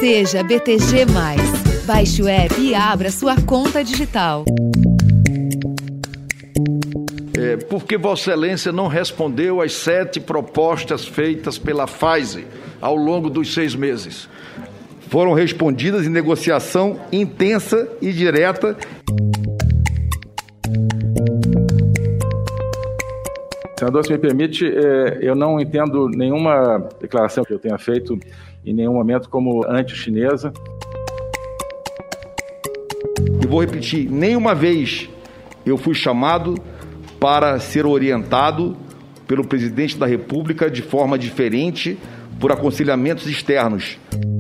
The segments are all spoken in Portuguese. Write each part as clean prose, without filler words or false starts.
Seja BTG+. Baixe o app e abra sua conta digital. Porque Vossa Excelência não respondeu às 7 propostas feitas pela Pfizer ao longo dos 6 meses? Foram respondidas em negociação intensa e direta. Senador, se me permite, eu não entendo nenhuma declaração que eu tenha feito em nenhum momento como anti-chinesa. E vou repetir, nenhuma vez eu fui chamado para ser orientado pelo presidente da República de forma diferente por aconselhamentos externos.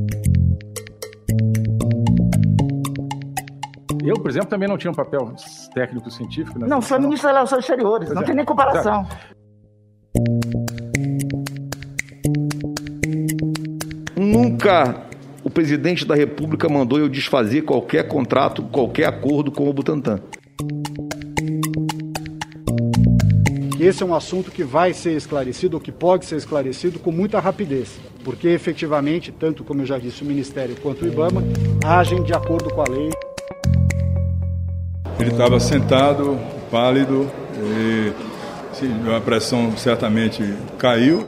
Eu, por exemplo, também não tinha um papel técnico-científico. Não, foi ministro das Relações Exteriores, não tem nem comparação. Nunca o presidente da República mandou eu desfazer qualquer contrato, qualquer acordo com o Butantan. Esse é um assunto que vai ser esclarecido, ou que pode ser esclarecido com muita rapidez, porque efetivamente, tanto como eu já disse, o Ministério quanto o IBAMA agem de acordo com a lei. Ele estava sentado, pálido, e a pressão certamente caiu.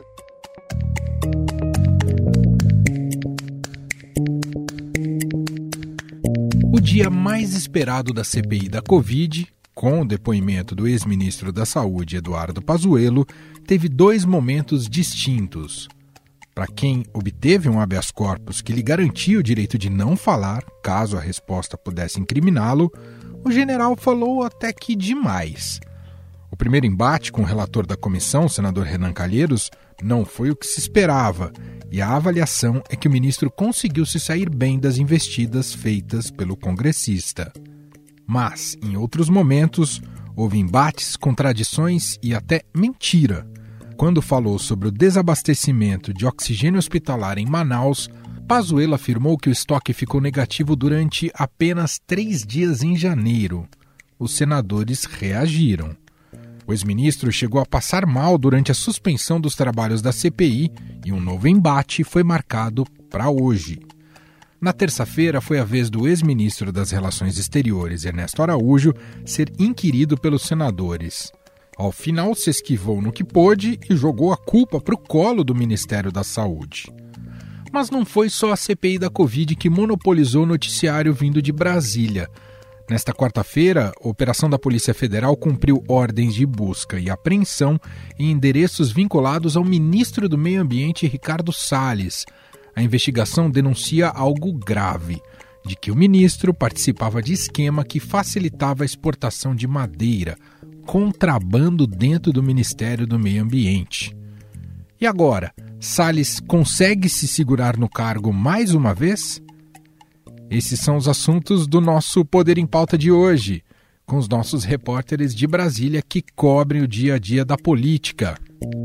O dia mais esperado da CPI da Covid, com o depoimento do ex-ministro da Saúde, Eduardo Pazuello, teve 2 momentos distintos. Para quem obteve um habeas corpus que lhe garantia o direito de não falar, caso a resposta pudesse incriminá-lo, o general falou até que demais. O primeiro embate com o relator da comissão, o senador Renan Calheiros, não foi o que se esperava, e a avaliação é que o ministro conseguiu se sair bem das investidas feitas pelo congressista. Mas, em outros momentos, houve embates, contradições e até mentira. Quando falou sobre o desabastecimento de oxigênio hospitalar em Manaus, Pazuello afirmou que o estoque ficou negativo durante apenas 3 dias em janeiro. Os senadores reagiram. O ex-ministro chegou a passar mal durante a suspensão dos trabalhos da CPI e um novo embate foi marcado para hoje. Na terça-feira foi a vez do ex-ministro das Relações Exteriores, Ernesto Araújo, ser inquirido pelos senadores. Ao final, se esquivou no que pôde e jogou a culpa para o colo do Ministério da Saúde. Mas não foi só a CPI da Covid que monopolizou o noticiário vindo de Brasília. Nesta quarta-feira, a operação da Polícia Federal cumpriu ordens de busca e apreensão em endereços vinculados ao ministro do Meio Ambiente, Ricardo Salles. A investigação denuncia algo grave, de que o ministro participava de esquema que facilitava a exportação de madeira, contrabando dentro do Ministério do Meio Ambiente. E agora, Salles consegue se segurar no cargo mais uma vez? Esses são os assuntos do nosso Poder em Pauta de hoje, com os nossos repórteres de Brasília que cobrem o dia a dia da política.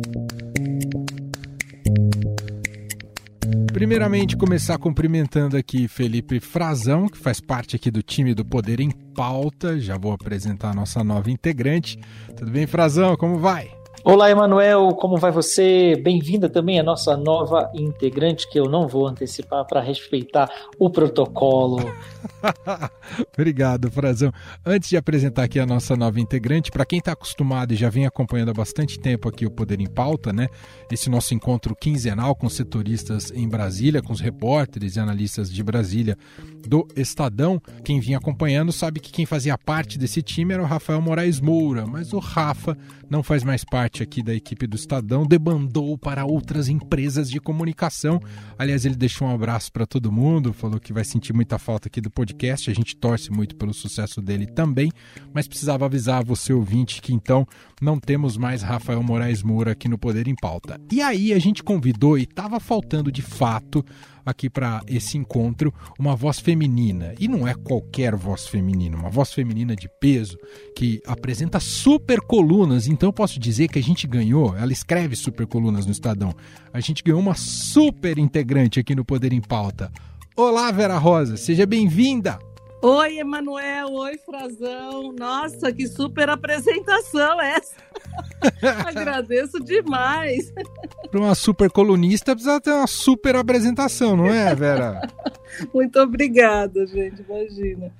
Primeiramente, começar cumprimentando aqui Felipe Frazão, que faz parte aqui do time do Poder em Pauta. Já vou apresentar a nossa nova integrante. Tudo bem, Frazão? Como vai? Olá, Emanuel, como vai você? Bem-vinda também a nossa nova integrante, que eu não vou antecipar para respeitar o protocolo. Obrigado, Frazão. Antes de apresentar aqui a nossa nova integrante, para quem está acostumado e já vem acompanhando há bastante tempo aqui o Poder em Pauta, né? Esse nosso encontro quinzenal com setoristas em Brasília, com os repórteres e analistas de Brasília do Estadão. Quem vinha acompanhando sabe que quem fazia parte desse time era o Rafael Moraes Moura, mas o Rafa não faz mais parte aqui da equipe do Estadão, debandou para outras empresas de comunicação. Aliás, ele deixou um abraço para todo mundo, falou que vai sentir muita falta aqui do podcast, a gente torce muito pelo sucesso dele também, mas precisava avisar você, ouvinte, que então não temos mais Rafael Moraes Moura aqui no Poder em Pauta. E aí a gente convidou, e estava faltando de fato aqui para esse encontro, uma voz feminina. E não é qualquer voz feminina, uma voz feminina de peso, que apresenta super colunas. Então eu posso dizer que a gente ganhou, ela escreve super colunas no Estadão, a gente ganhou uma super integrante aqui no Poder em Pauta. Olá, Vera Rosa, seja bem-vinda! Oi, Emanuel, oi, Frazão. Nossa, que super apresentação essa. Agradeço demais. Para uma super colunista precisa ter uma super apresentação, não é, Vera? Muito obrigada, gente, imagina.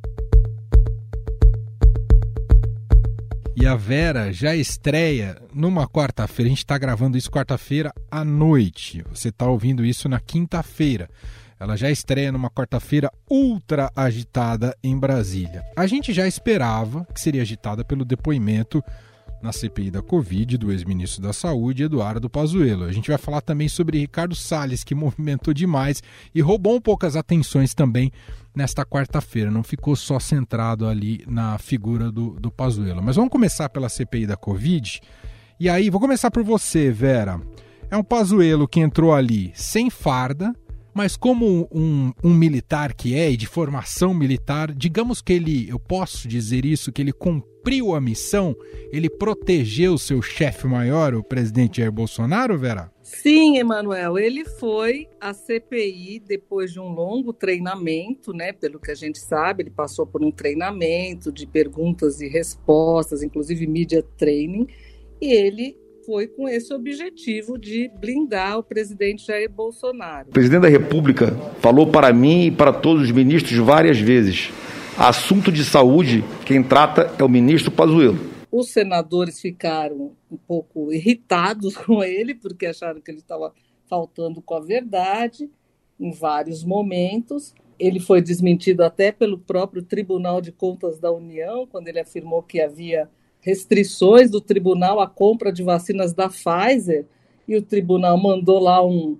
E a Vera já estreia numa quarta-feira. A gente está gravando isso quarta-feira à noite. Você está ouvindo isso na quinta-feira. Ela já estreia numa quarta-feira ultra agitada em Brasília. A gente já esperava que seria agitada pelo depoimento na CPI da Covid do ex-ministro da Saúde, Eduardo Pazuello. A gente vai falar também sobre Ricardo Salles, que movimentou demais e roubou um pouco as atenções também nesta quarta-feira. Não ficou só centrado ali na figura do Pazuello. Mas vamos começar pela CPI da Covid. E aí, vou começar por você, Vera. É um Pazuello que entrou ali sem farda, mas como um militar que é, e de formação militar, digamos que ele, eu posso dizer isso, que ele cumpriu a missão, ele protegeu o seu chefe maior, o presidente Jair Bolsonaro, Vera? Sim, Emanuel, ele foi à CPI depois de um longo treinamento, né? Pelo que a gente sabe, ele passou por um treinamento de perguntas e respostas, inclusive media training, e ele foi com esse objetivo de blindar o presidente Jair Bolsonaro. O presidente da República falou para mim e para todos os ministros várias vezes: assunto de saúde, quem trata é o ministro Pazuello. Os senadores ficaram um pouco irritados com ele, porque acharam que ele estava faltando com a verdade em vários momentos. Ele foi desmentido até pelo próprio Tribunal de Contas da União, quando ele afirmou que havia restrições do tribunal à compra de vacinas da Pfizer, e o tribunal mandou lá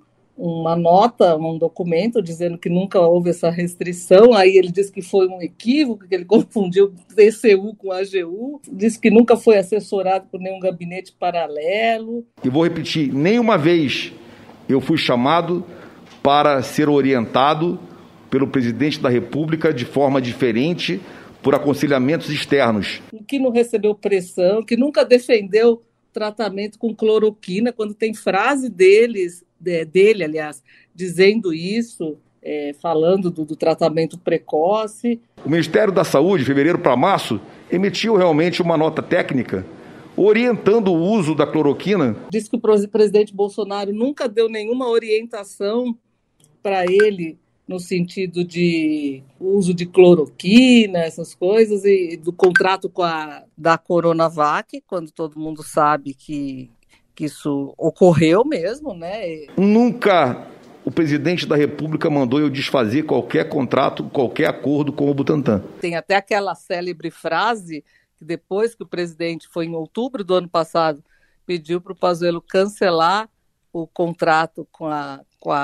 uma nota, um documento dizendo que nunca houve essa restrição. Aí ele disse que foi um equívoco, que ele confundiu TCU com AGU, disse que nunca foi assessorado por nenhum gabinete paralelo. E vou repetir, nenhuma vez eu fui chamado para ser orientado pelo presidente da República de forma diferente por aconselhamentos externos. Que não recebeu pressão, que nunca defendeu tratamento com cloroquina, quando tem frase dele, aliás, dizendo isso, falando do tratamento precoce. O Ministério da Saúde, de fevereiro para março, emitiu realmente uma nota técnica orientando o uso da cloroquina. Diz que o presidente Bolsonaro nunca deu nenhuma orientação para ele no sentido de uso de cloroquina, essas coisas, e do contrato da Coronavac, quando todo mundo sabe que isso ocorreu mesmo, né? Nunca o presidente da República mandou eu desfazer qualquer contrato, qualquer acordo com o Butantan. Tem até aquela célebre frase que depois que o presidente foi em outubro do ano passado, pediu para o Pazuello cancelar o contrato com a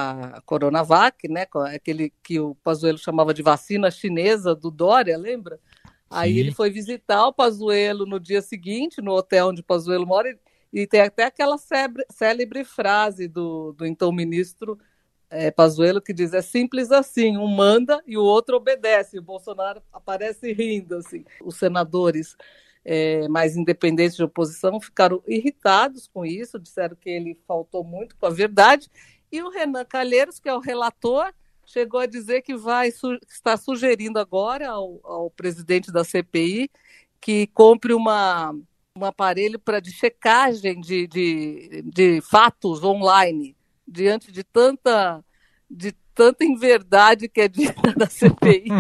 Coronavac, né, aquele que o Pazuello chamava de vacina chinesa do Dória, lembra? Aí Sim. Ele foi visitar o Pazuello no dia seguinte, no hotel onde o Pazuello mora, e tem até aquela célebre frase do então ministro Pazuello, que diz: é simples assim, um manda e o outro obedece. E o Bolsonaro aparece rindo, assim. Os senadores mais independentes de oposição ficaram irritados com isso, disseram que ele faltou muito com a verdade. E o Renan Calheiros, que é o relator, chegou a dizer que está sugerindo agora ao presidente da CPI que compre um aparelho de checagem de fatos online, diante de tanta inverdade que é dita da CPI.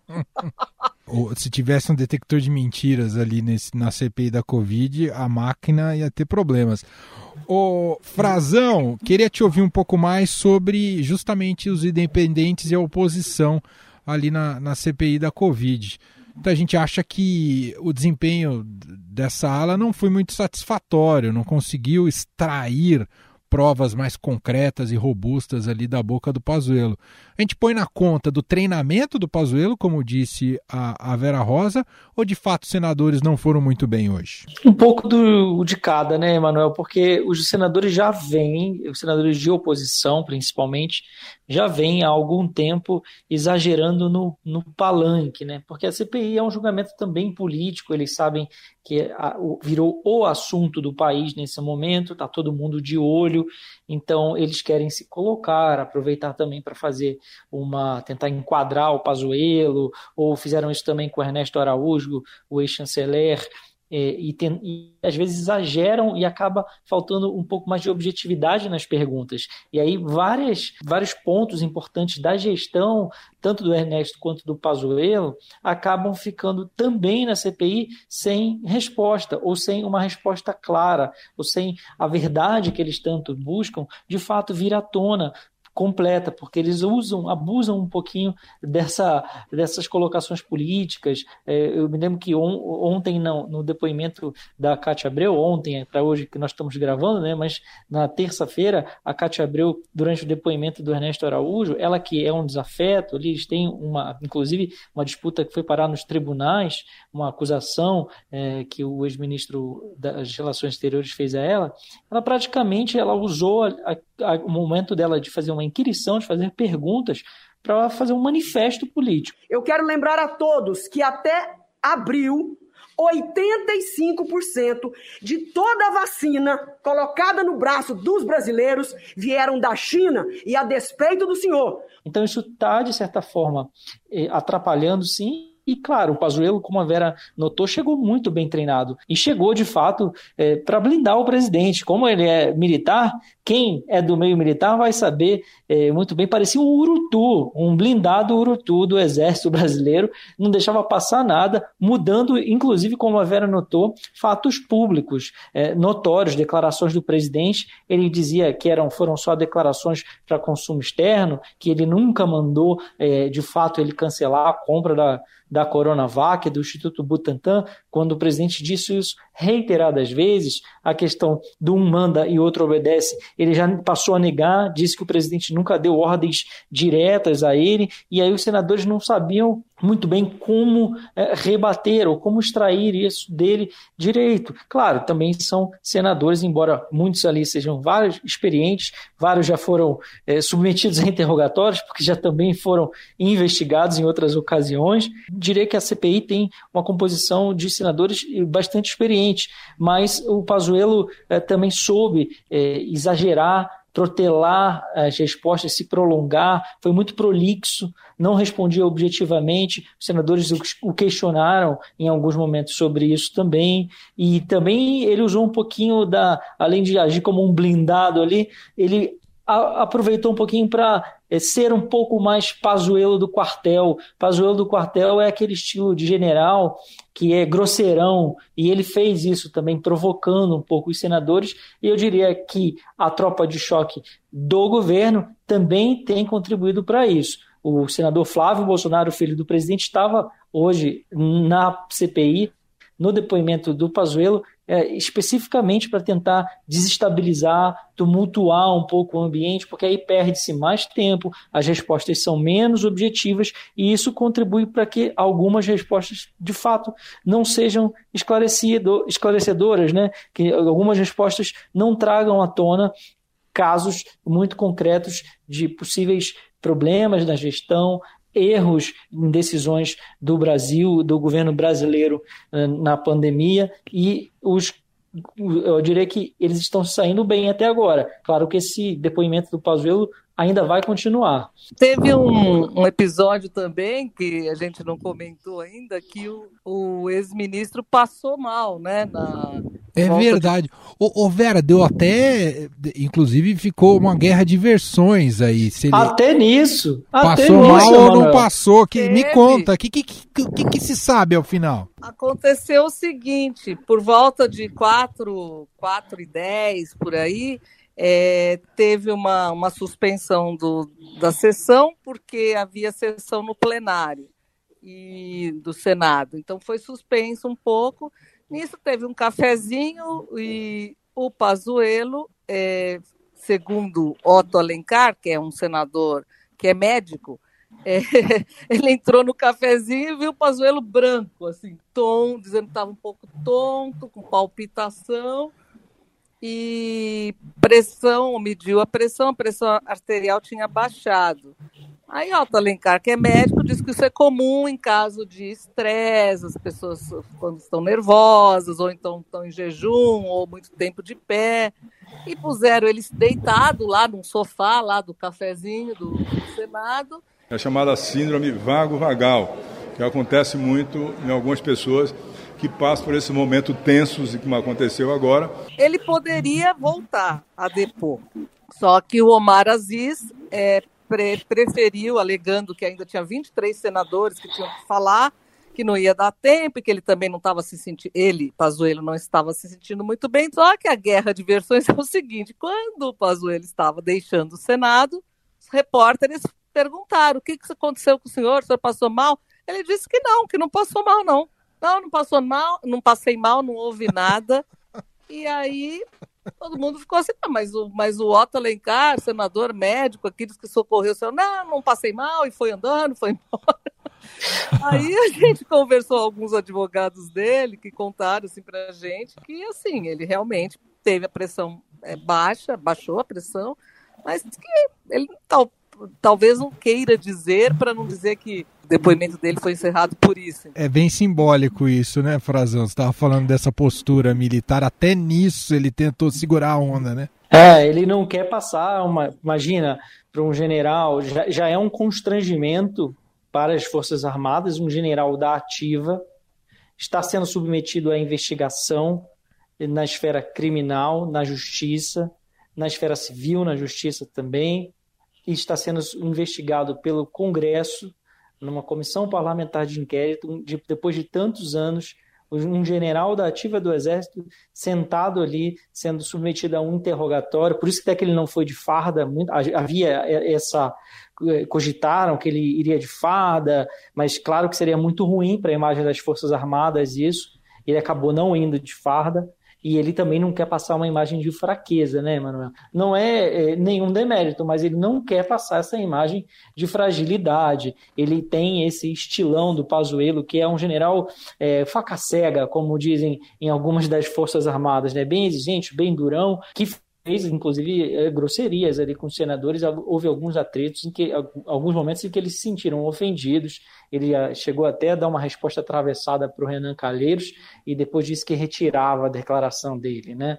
Se tivesse um detector de mentiras ali na CPI da Covid, a máquina ia ter problemas. Ô, Frazão, queria te ouvir um pouco mais sobre justamente os independentes e a oposição ali na CPI da Covid. Então a gente acha que o desempenho dessa ala não foi muito satisfatório, não conseguiu extrair provas mais concretas e robustas ali da boca do Pazuello. A gente põe na conta do treinamento do Pazuello, como disse a Vera Rosa, ou de fato os senadores não foram muito bem hoje? Um pouco de cada, né, Emanuel? Porque os senadores já vêm, os senadores de oposição principalmente, já vêm há algum tempo exagerando no palanque, né? Porque a CPI é um julgamento também político, eles sabem que virou o assunto do país nesse momento, está todo mundo de olho, então eles querem se colocar, aproveitar também para fazer tentar enquadrar o Pazuello, ou fizeram isso também com o Ernesto Araújo, o ex-chanceler, e às vezes exageram e acaba faltando um pouco mais de objetividade nas perguntas. E aí vários pontos importantes da gestão, tanto do Ernesto quanto do Pazuello, acabam ficando também na CPI sem resposta, ou sem uma resposta clara, ou sem a verdade que eles tanto buscam, de fato vir à tona, completa, porque eles abusam um pouquinho dessas colocações políticas. Eu me lembro que ontem, no depoimento da Cátia Abreu, ontem para hoje que nós estamos gravando, né, mas na terça-feira, a Cátia Abreu, durante o depoimento do Ernesto Araújo, ela que é um desafeto, eles têm inclusive uma disputa que foi parar nos tribunais, uma acusação que o ex-ministro das Relações Exteriores fez a ela praticamente usou o momento dela de fazer uma inquirição, de fazer perguntas, para fazer um manifesto político. Eu quero lembrar a todos que até abril, 85% de toda a vacina colocada no braço dos brasileiros vieram da China, e a despeito do senhor. Então isso está, de certa forma, atrapalhando, sim. E, claro, o Pazuello, como a Vera notou, chegou muito bem treinado. E chegou, de fato, para blindar o presidente. Como ele é militar, quem é do meio militar vai saber muito bem. Parecia um urutu, um blindado urutu do Exército Brasileiro. Não deixava passar nada, mudando, inclusive, como a Vera notou, fatos públicos, notórios, declarações do presidente. Ele dizia que foram só declarações para consumo externo, que ele nunca mandou, de fato, ele cancelar a compra da Coronavac, do Instituto Butantan, quando o presidente disse isso reiteradas vezes, a questão do um manda e outro obedece, ele já passou a negar, disse que o presidente nunca deu ordens diretas a ele, e aí os senadores não sabiam muito bem como rebater ou como extrair isso dele direito. Claro, também são senadores, embora muitos ali sejam vários experientes, vários já foram submetidos a interrogatórios, porque já também foram investigados em outras ocasiões. Direi que a CPI tem uma composição de senadores bastante experientes, mas o Pazuello também soube exagerar, protelar as respostas, se prolongar, foi muito prolixo, não respondia objetivamente, os senadores o questionaram em alguns momentos sobre isso também, e também ele usou um pouquinho além de agir como um blindado ali, ele aproveitou um pouquinho para ser um pouco mais Pazuello do quartel. Pazuello do quartel é aquele estilo de general que é grosseirão, e ele fez isso também, provocando um pouco os senadores, e eu diria que a tropa de choque do governo também tem contribuído para isso. O senador Flávio Bolsonaro, filho do presidente, estava hoje na CPI, no depoimento do Pazuello, especificamente para tentar desestabilizar, tumultuar um pouco o ambiente, porque aí perde-se mais tempo, as respostas são menos objetivas, e isso contribui para que algumas respostas, de fato, não sejam esclarecedoras, né? Que algumas respostas não tragam à tona casos muito concretos de possíveis problemas na gestão, erros em decisões do Brasil, do governo brasileiro na pandemia, e eu diria que eles estão saindo bem até agora. Claro que esse depoimento do Pazuello ainda vai continuar. Teve um episódio também, que a gente não comentou ainda, que o ex-ministro passou mal, né? É verdade. Ô Vera, deu até, inclusive ficou uma guerra de versões aí. Se ele até nisso. Passou mal ou não passou? Me conta, o que se sabe ao final? Aconteceu o seguinte, por volta de 4h10, por aí, teve uma suspensão da sessão, porque havia sessão no plenário do Senado. Então foi suspenso um pouco. Nisso teve um cafezinho e o Pazuello, segundo Otto Alencar, que é um senador que é médico, ele entrou no cafezinho e viu o Pazuello branco, assim, dizendo que estava um pouco tonto, com palpitação, e mediu a pressão arterial tinha baixado. Aí Otto Alencar, que é médico, diz que isso é comum em caso de estresse, as pessoas quando estão nervosas, ou então estão em jejum, ou muito tempo de pé, e puseram ele deitado lá num sofá, lá do cafezinho do Senado. É chamada síndrome vago-vagal, que acontece muito em algumas pessoas que passam por esse momento tensos e como aconteceu agora. Ele poderia voltar a depor, só que o Omar Aziz preferiu, alegando que ainda tinha 23 senadores que tinham que falar, que não ia dar tempo e que ele também não estava se sentindo, Pazuello, não estava se sentindo muito bem. Só que a guerra de versões é o seguinte: quando o Pazuello estava deixando o Senado, os repórteres perguntaram: o que aconteceu com o senhor passou mal? Ele disse que não passou mal, não. Não passou mal, não passei mal, não houve nada. E aí todo mundo ficou assim: mas o Otto Alencar, senador médico, aqueles que socorreu o senhor, não passei mal, e foi andando, foi embora. Aí a gente conversou com alguns advogados dele que contaram assim pra gente que assim, ele realmente teve a pressão baixou a pressão, mas que ele talvez não queira dizer, para não dizer que o depoimento dele foi encerrado por isso. É bem simbólico isso, né, Frazão? Você estava falando dessa postura militar, até nisso ele tentou segurar a onda, né? Ele não quer passar imagina, para um general, já é um constrangimento para as Forças Armadas, um general da ativa está sendo submetido à investigação na esfera criminal, na justiça, na esfera civil, na justiça também, e está sendo investigado pelo Congresso, numa comissão parlamentar de inquérito, depois de tantos anos, um general da ativa do Exército sentado ali, sendo submetido a um interrogatório. Por isso que até que ele não foi de farda, havia cogitaram que ele iria de farda, mas claro que seria muito ruim para a imagem das Forças Armadas isso. Ele acabou não indo de farda, e ele também não quer passar uma imagem de fraqueza, né, Manuel? Não é nenhum demérito, mas ele não quer passar essa imagem de fragilidade. Ele tem esse estilão do Pazuello, que é um general faca cega, como dizem em algumas das Forças Armadas, né? Bem exigente, bem durão, que fez, inclusive, grosserias ali com os senadores. Houve alguns atritos, alguns momentos em que eles se sentiram ofendidos. Ele chegou até a dar uma resposta atravessada para o Renan Calheiros e depois disse que retirava a declaração dele, né?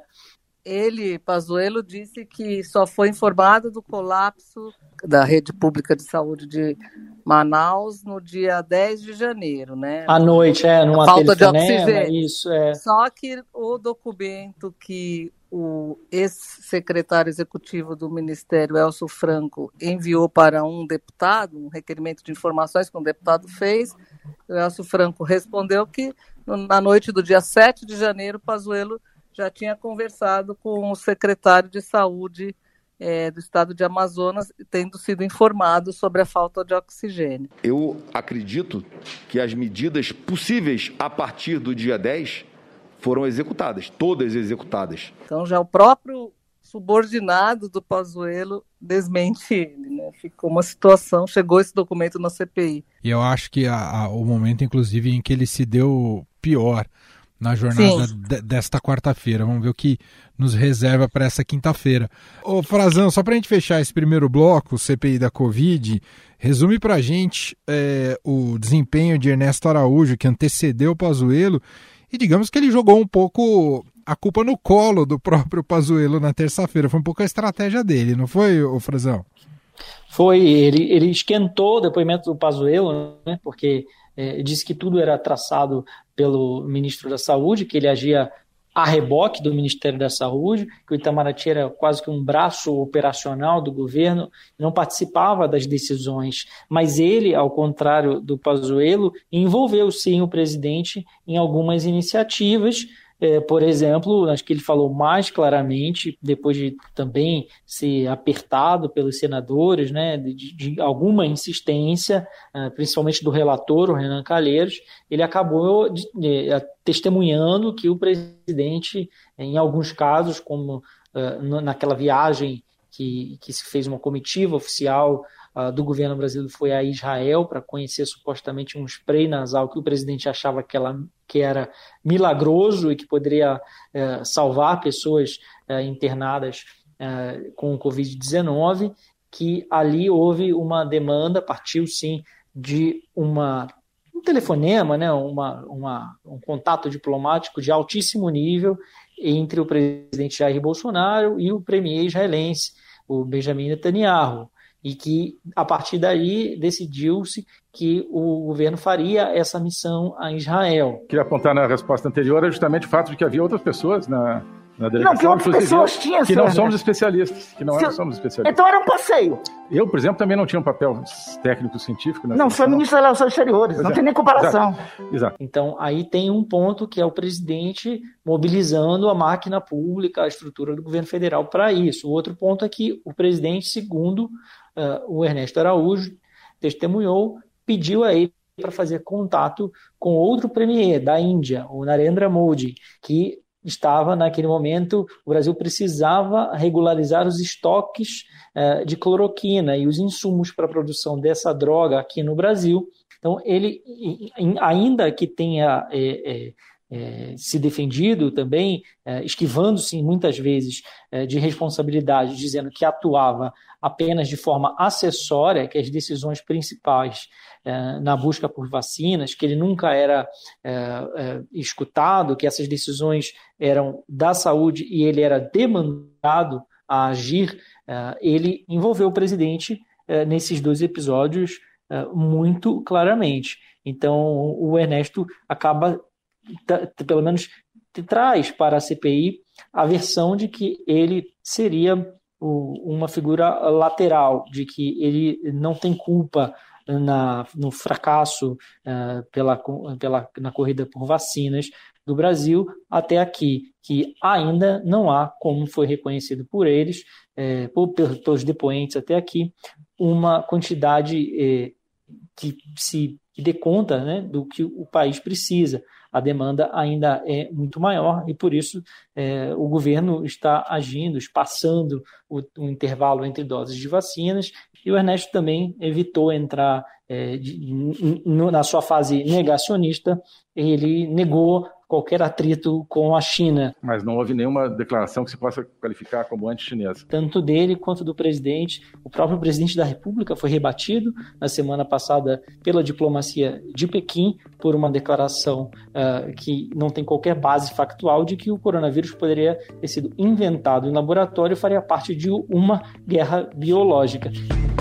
Pazuello, disse que só foi informado do colapso da rede pública de saúde de Manaus no dia 10 de janeiro, né? À noite, numa falta de oxigênio. Isso, Só que o documento que o ex-secretário executivo do Ministério, Elcio Franco, enviou para um deputado, um requerimento de informações que um deputado fez, o Elcio Franco respondeu que na noite do dia 7 de janeiro, Pazuello já tinha conversado com o secretário de Saúde do estado de Amazonas, tendo sido informado sobre a falta de oxigênio. Eu acredito que as medidas possíveis a partir do dia 10 foram executadas, todas executadas. Então já o próprio subordinado do Pazuello desmente ele, né? Ficou uma situação, chegou esse documento na CPI. E eu acho que o momento, inclusive, em que ele se deu pior na jornada desta quarta-feira. Vamos ver o que nos reserva para essa quinta-feira. Ô Frazão, só para a gente fechar esse primeiro bloco, o CPI da Covid, resume para a gente o desempenho de Ernesto Araújo, que antecedeu o Pazuello, e digamos que ele jogou um pouco a culpa no colo do próprio Pazuello na terça-feira. Foi um pouco a estratégia dele, não foi, ô Frazão? Foi, ele esquentou o depoimento do Pazuello, né, porque disse que tudo era traçado pelo ministro da Saúde, que ele agia a reboque do Ministério da Saúde, que o Itamaraty era quase que um braço operacional do governo, não participava das decisões, mas ele, ao contrário do Pazuello, envolveu sim o presidente em algumas iniciativas. Por exemplo, acho que ele falou mais claramente, depois de também ser apertado pelos senadores, né, de alguma insistência, principalmente do relator, o Renan Calheiros, ele acabou testemunhando que o presidente, em alguns casos, como naquela viagem que se fez uma comitiva oficial do governo brasileiro, foi a Israel para conhecer supostamente um spray nasal que o presidente achava que era milagroso e que poderia salvar pessoas internadas com o Covid-19, que ali houve uma demanda, partiu sim de um telefonema, né, um contato diplomático de altíssimo nível entre o presidente Jair Bolsonaro e o premier israelense, o Benjamin Netanyahu. e que, a partir daí, decidiu-se que o governo faria essa missão a Israel. Queria apontar na resposta anterior é justamente o fato de que havia outras pessoas na delegação, não, que outras pessoas tinham, que não somos especialistas. Somos especialistas. Então era um passeio. Eu, por exemplo, também não tinha um papel técnico-científico. Não, sou ministro das Relações Exteriores, não tem nem comparação. Exato. Então, aí tem um ponto que é o presidente mobilizando a máquina pública, a estrutura do governo federal para isso. O outro ponto é que o presidente, segundo o Ernesto Araújo, testemunhou, pediu a ele para fazer contato com outro premier da Índia, o Narendra Modi, que estava naquele momento, o Brasil precisava regularizar os estoques de cloroquina e os insumos para a produção dessa droga aqui no Brasil. Então, ele, ainda que tenha se defendido também, esquivando-se muitas vezes de responsabilidade, dizendo que atuava apenas de forma acessória, que as decisões principais na busca por vacinas, que ele nunca era escutado, que essas decisões eram da saúde e ele era demandado a agir, ele envolveu o presidente nesses dois episódios muito claramente. Então, o Ernesto acaba, pelo menos, traz para a CPI a versão de que ele seria uma figura lateral, de que ele não tem culpa no fracasso na corrida por vacinas do Brasil até aqui, que ainda não há, como foi reconhecido por eles, pelos depoentes até aqui, uma quantidade que dê conta, né, do que o país precisa. A demanda ainda é muito maior e, por isso, o governo está agindo, espaçando o intervalo entre doses de vacinas, e o Ernesto também evitou entrar na sua fase negacionista. Ele negou qualquer atrito com a China. Mas não houve nenhuma declaração que se possa qualificar como anti-chinesa. Tanto dele quanto do presidente. O próprio presidente da República foi rebatido na semana passada pela diplomacia de Pequim por uma declaração que não tem qualquer base factual de que o coronavírus poderia ter sido inventado em laboratório e faria parte de uma guerra biológica.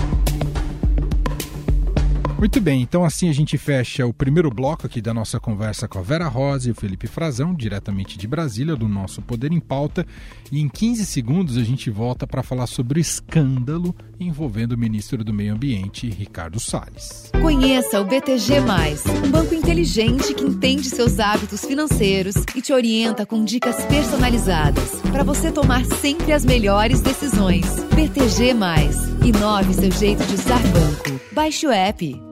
Muito bem, então assim a gente fecha o primeiro bloco aqui da nossa conversa com a Vera Rosa e o Felipe Frazão, diretamente de Brasília, do nosso Poder em Pauta. E em 15 segundos a gente volta para falar sobre o escândalo envolvendo o ministro do Meio Ambiente, Ricardo Salles. Conheça o BTG+, um banco inteligente que entende seus hábitos financeiros e te orienta com dicas personalizadas para você tomar sempre as melhores decisões. BTG+, inove seu jeito de usar banco. Baixe o app.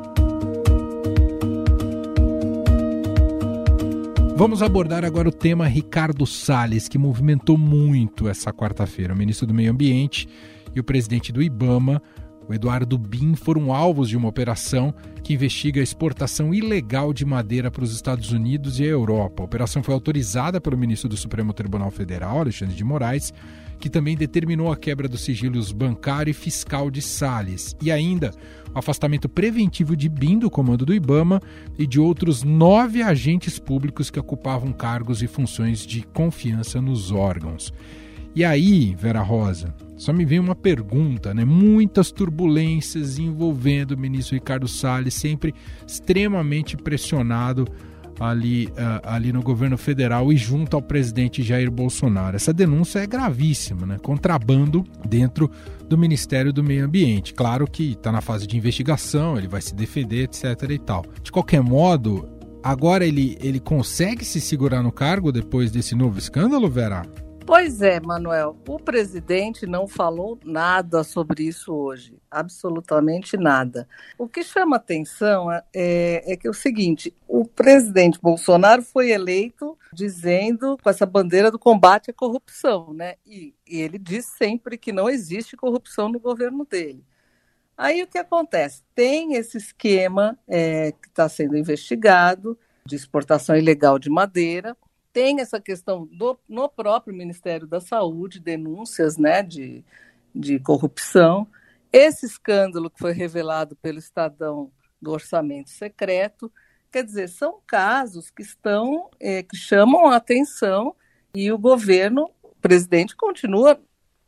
Vamos abordar agora o tema Ricardo Salles, que movimentou muito essa quarta-feira. O ministro do Meio Ambiente e o presidente do IBAMA, o Eduardo Bin, foram alvos de uma operação que investiga a exportação ilegal de madeira para os Estados Unidos e a Europa. A operação foi autorizada pelo ministro do Supremo Tribunal Federal, Alexandre de Moraes, que também determinou a quebra dos sigilos bancário e fiscal de Salles, e ainda o afastamento preventivo de Bin do comando do IBAMA e de outros 9 agentes públicos que ocupavam cargos e funções de confiança nos órgãos. E aí, Vera Rosa, só me vem uma pergunta, né? Muitas turbulências envolvendo o ministro Ricardo Salles, sempre extremamente pressionado ali no governo federal e junto ao presidente Jair Bolsonaro. Essa denúncia é gravíssima, né? Contrabando dentro do Ministério do Meio Ambiente. Claro que está na fase de investigação, ele vai se defender, etc. e tal. De qualquer modo, agora ele consegue se segurar no cargo depois desse novo escândalo, Vera? Pois é, Manuel, o presidente não falou nada sobre isso hoje, absolutamente nada. O que chama atenção é que é o seguinte, o presidente Bolsonaro foi eleito dizendo, com essa bandeira do combate à corrupção, né? E ele diz sempre que não existe corrupção no governo dele. Aí o que acontece? Tem esse esquema que está sendo investigado de exportação ilegal de madeira. Tem essa questão no próprio Ministério da Saúde, denúncias, né, de corrupção. Esse escândalo que foi revelado pelo Estadão do orçamento secreto, quer dizer, são casos que que chamam a atenção e o governo, o presidente, continua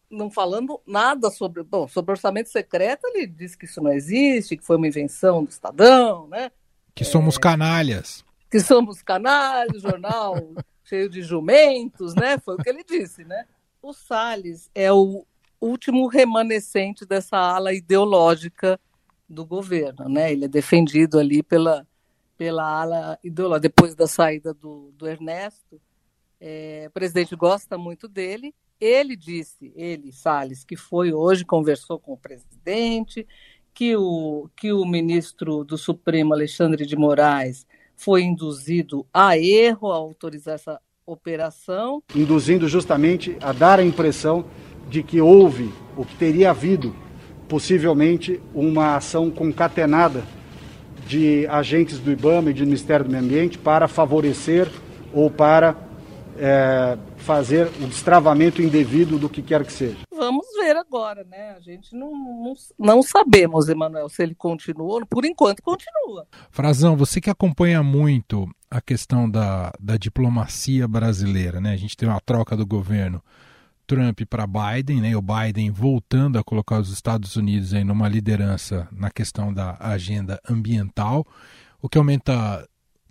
não falando nada sobre orçamento secreto. Ele disse que isso não existe, que foi uma invenção do Estadão, né? Que somos canalhas. Que somos canalhas, jornal cheio de jumentos, né? Foi o que ele disse, né? O Salles é o último remanescente dessa ala ideológica do governo, né? Ele é defendido ali pela ala ideológica. Depois da saída do Ernesto, o presidente gosta muito dele. Ele, Salles, que foi hoje, conversou com o presidente, que o ministro do Supremo, Alexandre de Moraes, foi induzido a erro ao autorizar essa operação. Induzindo justamente a dar a impressão de que houve, ou que teria havido, possivelmente, uma ação concatenada de agentes do IBAMA e do Ministério do Meio Ambiente para favorecer ou para fazer o destravamento indevido do que quer que seja. Vamos ver agora, né? A gente não sabemos, Emanuel, se ele continua. Por enquanto, continua. Frazão, você que acompanha muito a questão da diplomacia brasileira, né? A gente tem uma troca do governo Trump para Biden, né? O Biden voltando a colocar os Estados Unidos aí numa liderança na questão da agenda ambiental, o que aumenta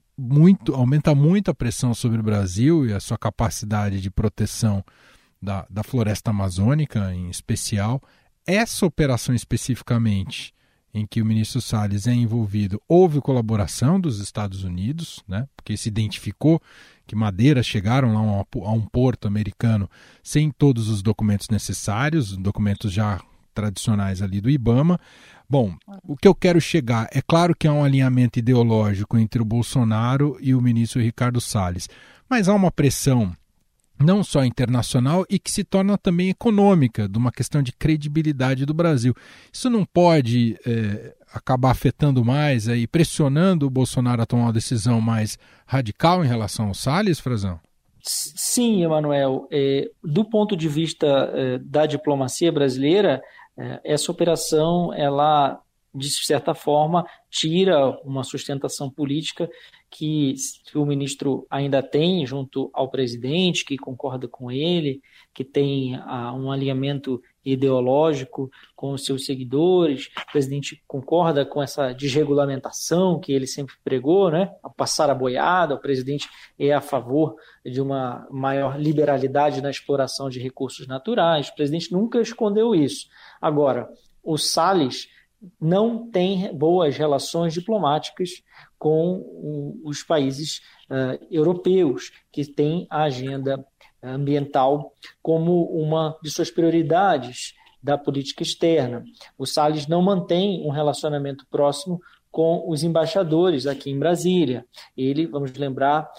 muito a pressão sobre o Brasil e a sua capacidade de proteção da floresta amazônica, em especial. Essa operação especificamente, em que o ministro Salles é envolvido, houve colaboração dos Estados Unidos, né? Porque se identificou que madeiras chegaram lá a um porto americano sem todos os documentos necessários, documentos já tradicionais ali do IBAMA. Bom, o que eu quero chegar, é claro que há um alinhamento ideológico entre o Bolsonaro e o ministro Ricardo Salles, mas há uma pressão não só internacional e que se torna também econômica, de uma questão de credibilidade do Brasil. Isso não pode acabar afetando mais, pressionando o Bolsonaro a tomar uma decisão mais radical em relação ao Salles, Frazão? Sim, Emanuel. Do ponto de vista da diplomacia brasileira, essa operação, ela, de certa forma, tira uma sustentação política que o ministro ainda tem junto ao presidente, que concorda com ele, que tem um alinhamento ideológico com os seus seguidores. O presidente concorda com essa desregulamentação que ele sempre pregou, né? A passar a boiada. O presidente é a favor de uma maior liberalidade na exploração de recursos naturais. O presidente nunca escondeu isso. Agora, o Salles não tem boas relações diplomáticas com os países europeus, que têm a agenda ambiental como uma de suas prioridades da política externa. O Salles não mantém um relacionamento próximo com os embaixadores aqui em Brasília. Ele, vamos lembrar,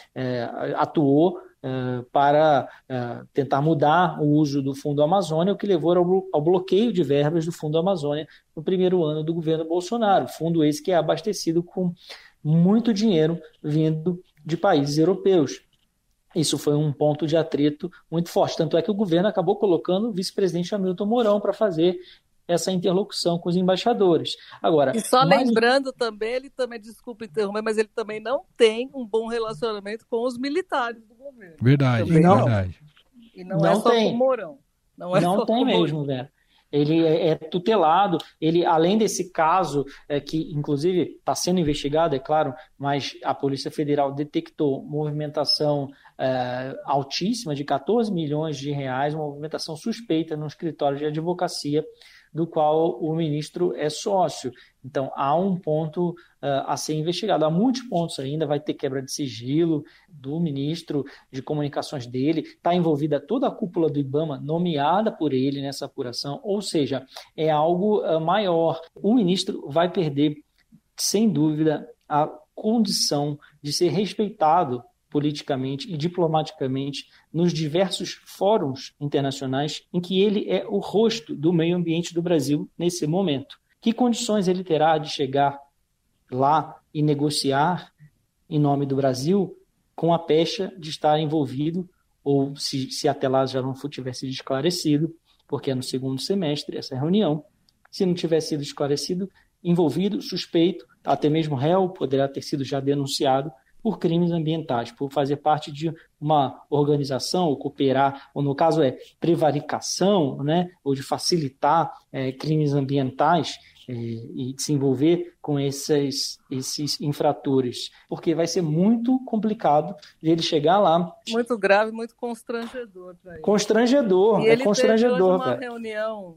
atuou para tentar mudar o uso do Fundo Amazônia, o que levou ao bloqueio de verbas do Fundo Amazônia no primeiro ano do governo Bolsonaro. Fundo esse que é abastecido com muito dinheiro vindo de países europeus. Isso foi um ponto de atrito muito forte. Tanto é que o governo acabou colocando o vice-presidente Hamilton Mourão para fazer essa interlocução com os embaixadores. Agora, e só lembrando também, ele também, desculpa interromper, mas ele também não tem um bom relacionamento com os militares do governo. Verdade, verdade. E não é só com o Mourão. Não tem mesmo, Vera. Ele é tutelado, ele, além desse caso, que inclusive está sendo investigado, é claro, mas a Polícia Federal detectou movimentação altíssima de 14 milhões de reais, uma movimentação suspeita no escritório de advocacia do qual o ministro é sócio. Então, há um ponto a ser investigado. Há muitos pontos ainda, vai ter quebra de sigilo do ministro, de comunicações dele, está envolvida toda a cúpula do IBAMA, nomeada por ele nessa apuração, ou seja, é algo maior. O ministro vai perder, sem dúvida, a condição de ser respeitado politicamente e diplomaticamente nos diversos fóruns internacionais em que ele é o rosto do meio ambiente do Brasil nesse momento. Que condições ele terá de chegar lá e negociar em nome do Brasil com a pecha de estar envolvido, ou se até lá já não tivesse esclarecido, porque é no segundo semestre essa reunião, se não tivesse sido esclarecido, envolvido, suspeito, até mesmo réu, poderá ter sido já denunciado por crimes ambientais, por fazer parte de uma organização, ou cooperar, ou no caso prevaricação, né, ou de facilitar crimes ambientais, e se envolver com esses infratores, porque vai ser muito complicado de ele chegar lá. Muito grave, muito constrangedor. Constrangedor, e ele constrangedor. Teve hoje uma reunião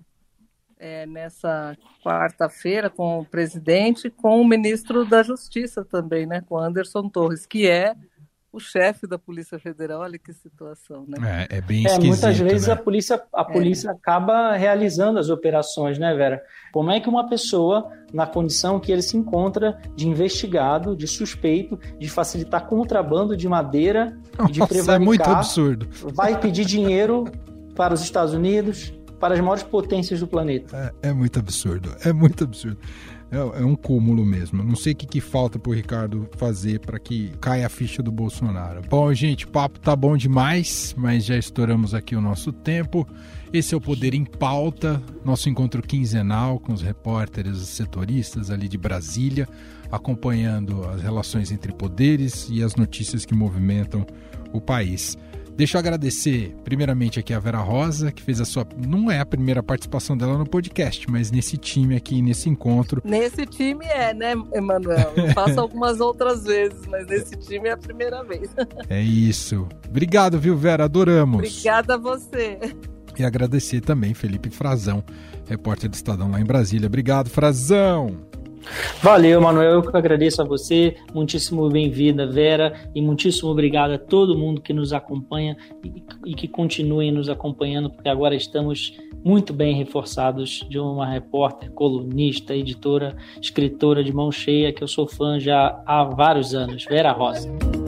nessa quarta-feira com o presidente, com o ministro da Justiça também, né, com Anderson Torres, que é o chefe da Polícia Federal. Olha que situação, né? É bem esquisito, muitas vezes, né? a polícia acaba realizando as operações, né, Vera? Como é que uma pessoa, na condição que ele se encontra de investigado, de suspeito, de facilitar contrabando de madeira, de prevaricar, é muito absurdo, vai pedir dinheiro para os Estados Unidos, para as maiores potências do planeta? É muito absurdo, é muito absurdo. É um cúmulo mesmo. Não sei o que falta pro Ricardo fazer para que caia a ficha do Bolsonaro. Bom, gente, o papo tá bom demais, mas já estouramos aqui o nosso tempo. Esse é o Poder em Pauta, nosso encontro quinzenal com os repórteres setoristas ali de Brasília, acompanhando as relações entre poderes e as notícias que movimentam o país. Deixa eu agradecer primeiramente aqui a Vera Rosa, que fez não é a primeira participação dela no podcast, mas nesse time aqui, nesse encontro. Nesse time né, Emanuel? Eu faço algumas outras vezes, mas nesse time é a primeira vez. É isso. Obrigado, viu, Vera? Adoramos. Obrigada a você. E agradecer também Felipe Frazão, repórter do Estadão lá em Brasília. Obrigado, Frazão. Valeu, Manuel, eu que agradeço a você, muitíssimo bem-vinda, Vera, e muitíssimo obrigado a todo mundo que nos acompanha e que continuem nos acompanhando, porque agora estamos muito bem reforçados de uma repórter, colunista, editora, escritora de mão cheia, que eu sou fã já há vários anos, Vera Rosa.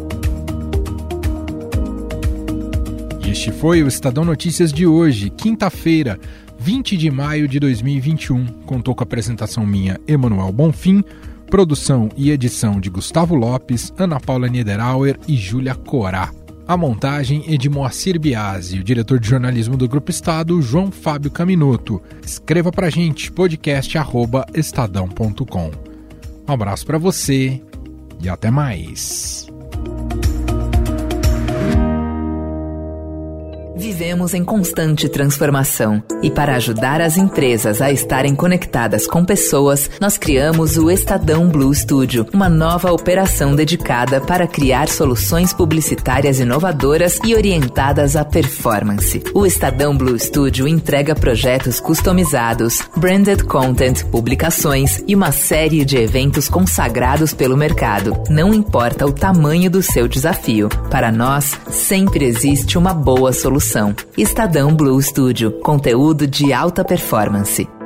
Este foi o Estadão Notícias de hoje, quinta-feira, 20 de maio de 2021, contou com a apresentação minha, Emanuel Bonfim, produção e edição de Gustavo Lopes, Ana Paula Niederauer e Júlia Corá. A montagem é de Moacir Biasi, o diretor de jornalismo do Grupo Estado, João Fábio Caminoto. Escreva pra gente, podcast@estadão.com. Um abraço pra você e até mais. Vivemos em constante transformação e para ajudar as empresas a estarem conectadas com pessoas, nós criamos o Estadão Blue Studio, uma nova operação dedicada para criar soluções publicitárias inovadoras e orientadas à performance. O Estadão Blue Studio entrega projetos customizados, branded content, publicações e uma série de eventos consagrados pelo mercado. Não importa o tamanho do seu desafio, para nós sempre existe uma boa solução. Estadão Blue Studio, conteúdo de alta performance.